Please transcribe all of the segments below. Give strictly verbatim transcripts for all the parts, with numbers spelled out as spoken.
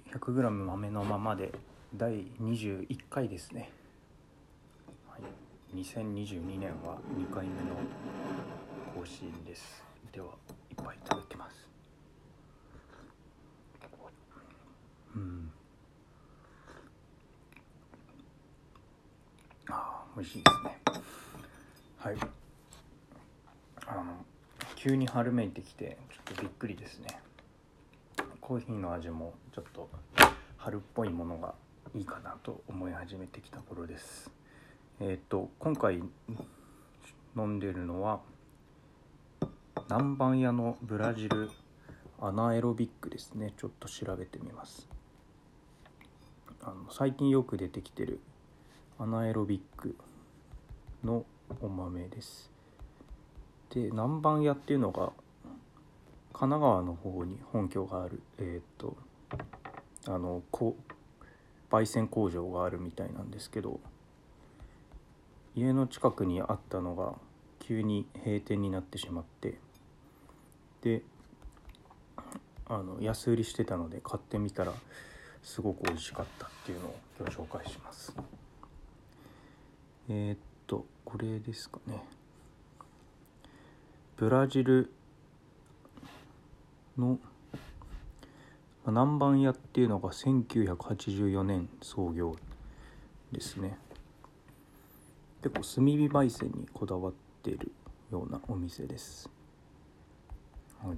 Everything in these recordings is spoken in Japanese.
ひゃくグラム 豆のままでだいにじゅういっかいですね、はい、にせんにじゅうにねんはにかいめの更新です。では一杯いただきます。うんあー美味しいですね。はい、あの急に春めいてきてちょっとびっくりですね。コーヒーの味もちょっと春っぽいものがいいかなと思い始めてきた頃です。えっと今回飲んでるのは南蛮屋のブラジルアナエロビックですね。ちょっと調べてみます。あの最近よく出てきてるアナエロビックのお豆です。で南蛮屋っていうのが神奈川の方に本拠がある、えっとあのこ焙煎工場があるみたいなんですけど、家の近くにあったのが急に閉店になってしまって、であの安売りしてたので買ってみたらすごく美味しかったっていうのを今日紹介します。えー、っとこれですかね。ブラジルの南蛮屋っていうのがせんきゅうひゃくはちじゅうよねん創業ですね。結構炭火焙煎にこだわっているようなお店です。はい、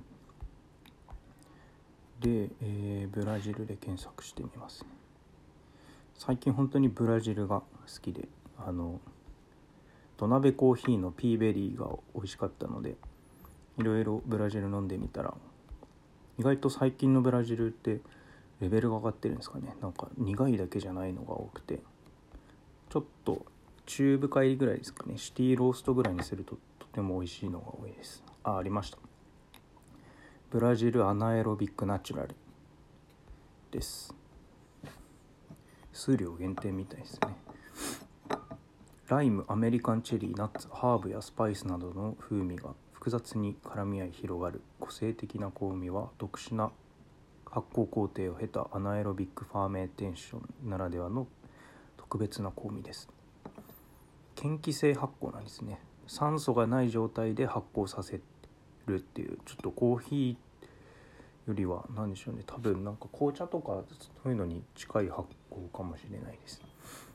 で、えー、ブラジルで検索してみますね。最近本当にブラジルが好きで、あの土鍋コーヒーのピーベリーが美味しかったのでいろいろブラジル飲んでみたら、意外と最近のブラジルってレベルが上がってるんですかね。なんか苦いだけじゃないのが多くて、ちょっと中深入りぐらいですかね。シティローストぐらいにするととても美味しいのが多いです。あ、ありました。ブラジルアナエロビックナチュラルです。数量限定みたいですね。ライム、アメリカンチェリー、ナッツ、ハーブやスパイスなどの風味が複雑に絡み合い広がる個性的な香味は、特殊な発酵工程を経たアナエロビックファーメンテーションならではの特別な香味です。嫌気性発酵なんですね。酸素がない状態で発酵させるっていう、ちょっとコーヒーよりは何でしょうね、多分なんか紅茶とかそういうのに近い発酵かもしれないです。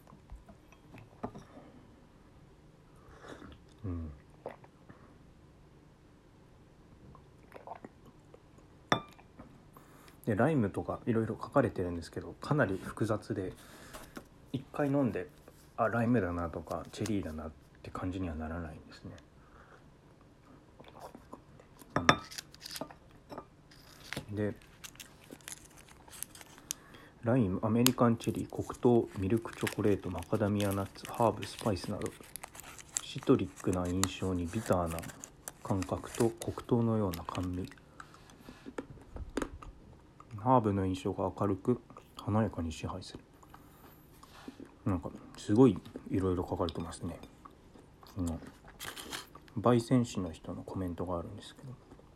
うん、でライムとかいろいろ書かれてるんですけど、かなり複雑で一回飲んであライムだなとかチェリーだなって感じにはならないんですね。うん、でライム、アメリカンチェリー、黒糖、ミルクチョコレート、マカダミアナッツ、ハーブ、スパイスなどシトリックな印象にビターな感覚と黒糖のような甘味、ハーブの印象が明るく華やかに支配する。なんかすごいいろいろ書かれてますね。その焙煎士の人のコメントがあるんですけど、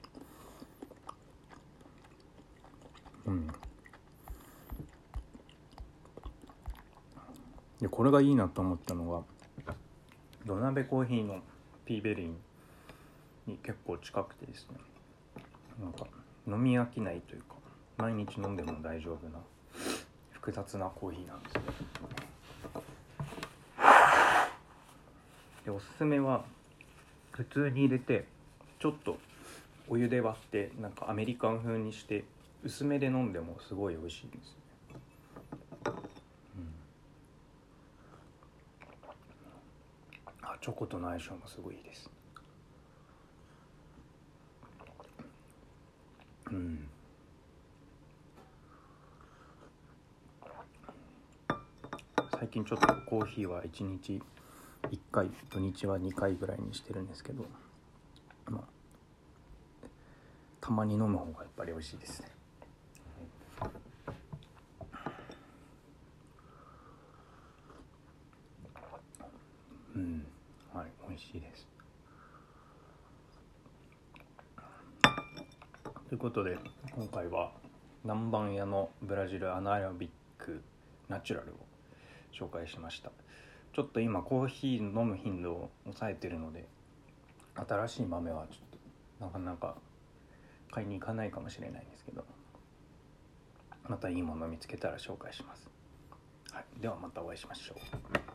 うんでこれがいいなと思ったのが、土鍋コーヒーのピーベリーに結構近くてですね、なんか飲み飽きないというか毎日飲んでも大丈夫な複雑なコーヒーなんですね。でおすすめは普通に入れてちょっとお湯で割ってなんかアメリカン風にして薄めで飲んでもすごい美味しいんです、うん、あチョコとの相性もすごいいいです。うん最近ちょっとコーヒーはいちにちいっかい、土日はにかいぐらいにしてるんですけど、まあ、たまに飲む方がやっぱり美味しいですね。うん、はい、美味しいです。ということで今回は南蛮屋のブラジルアナラビックナチュラルを紹介しました。ちょっと今コーヒー飲む頻度を抑えてるので、新しい豆はちょっとなかなか買いに行かないかもしれないんですけど、またいいものを見つけたら紹介します。はい、ではまたお会いしましょう。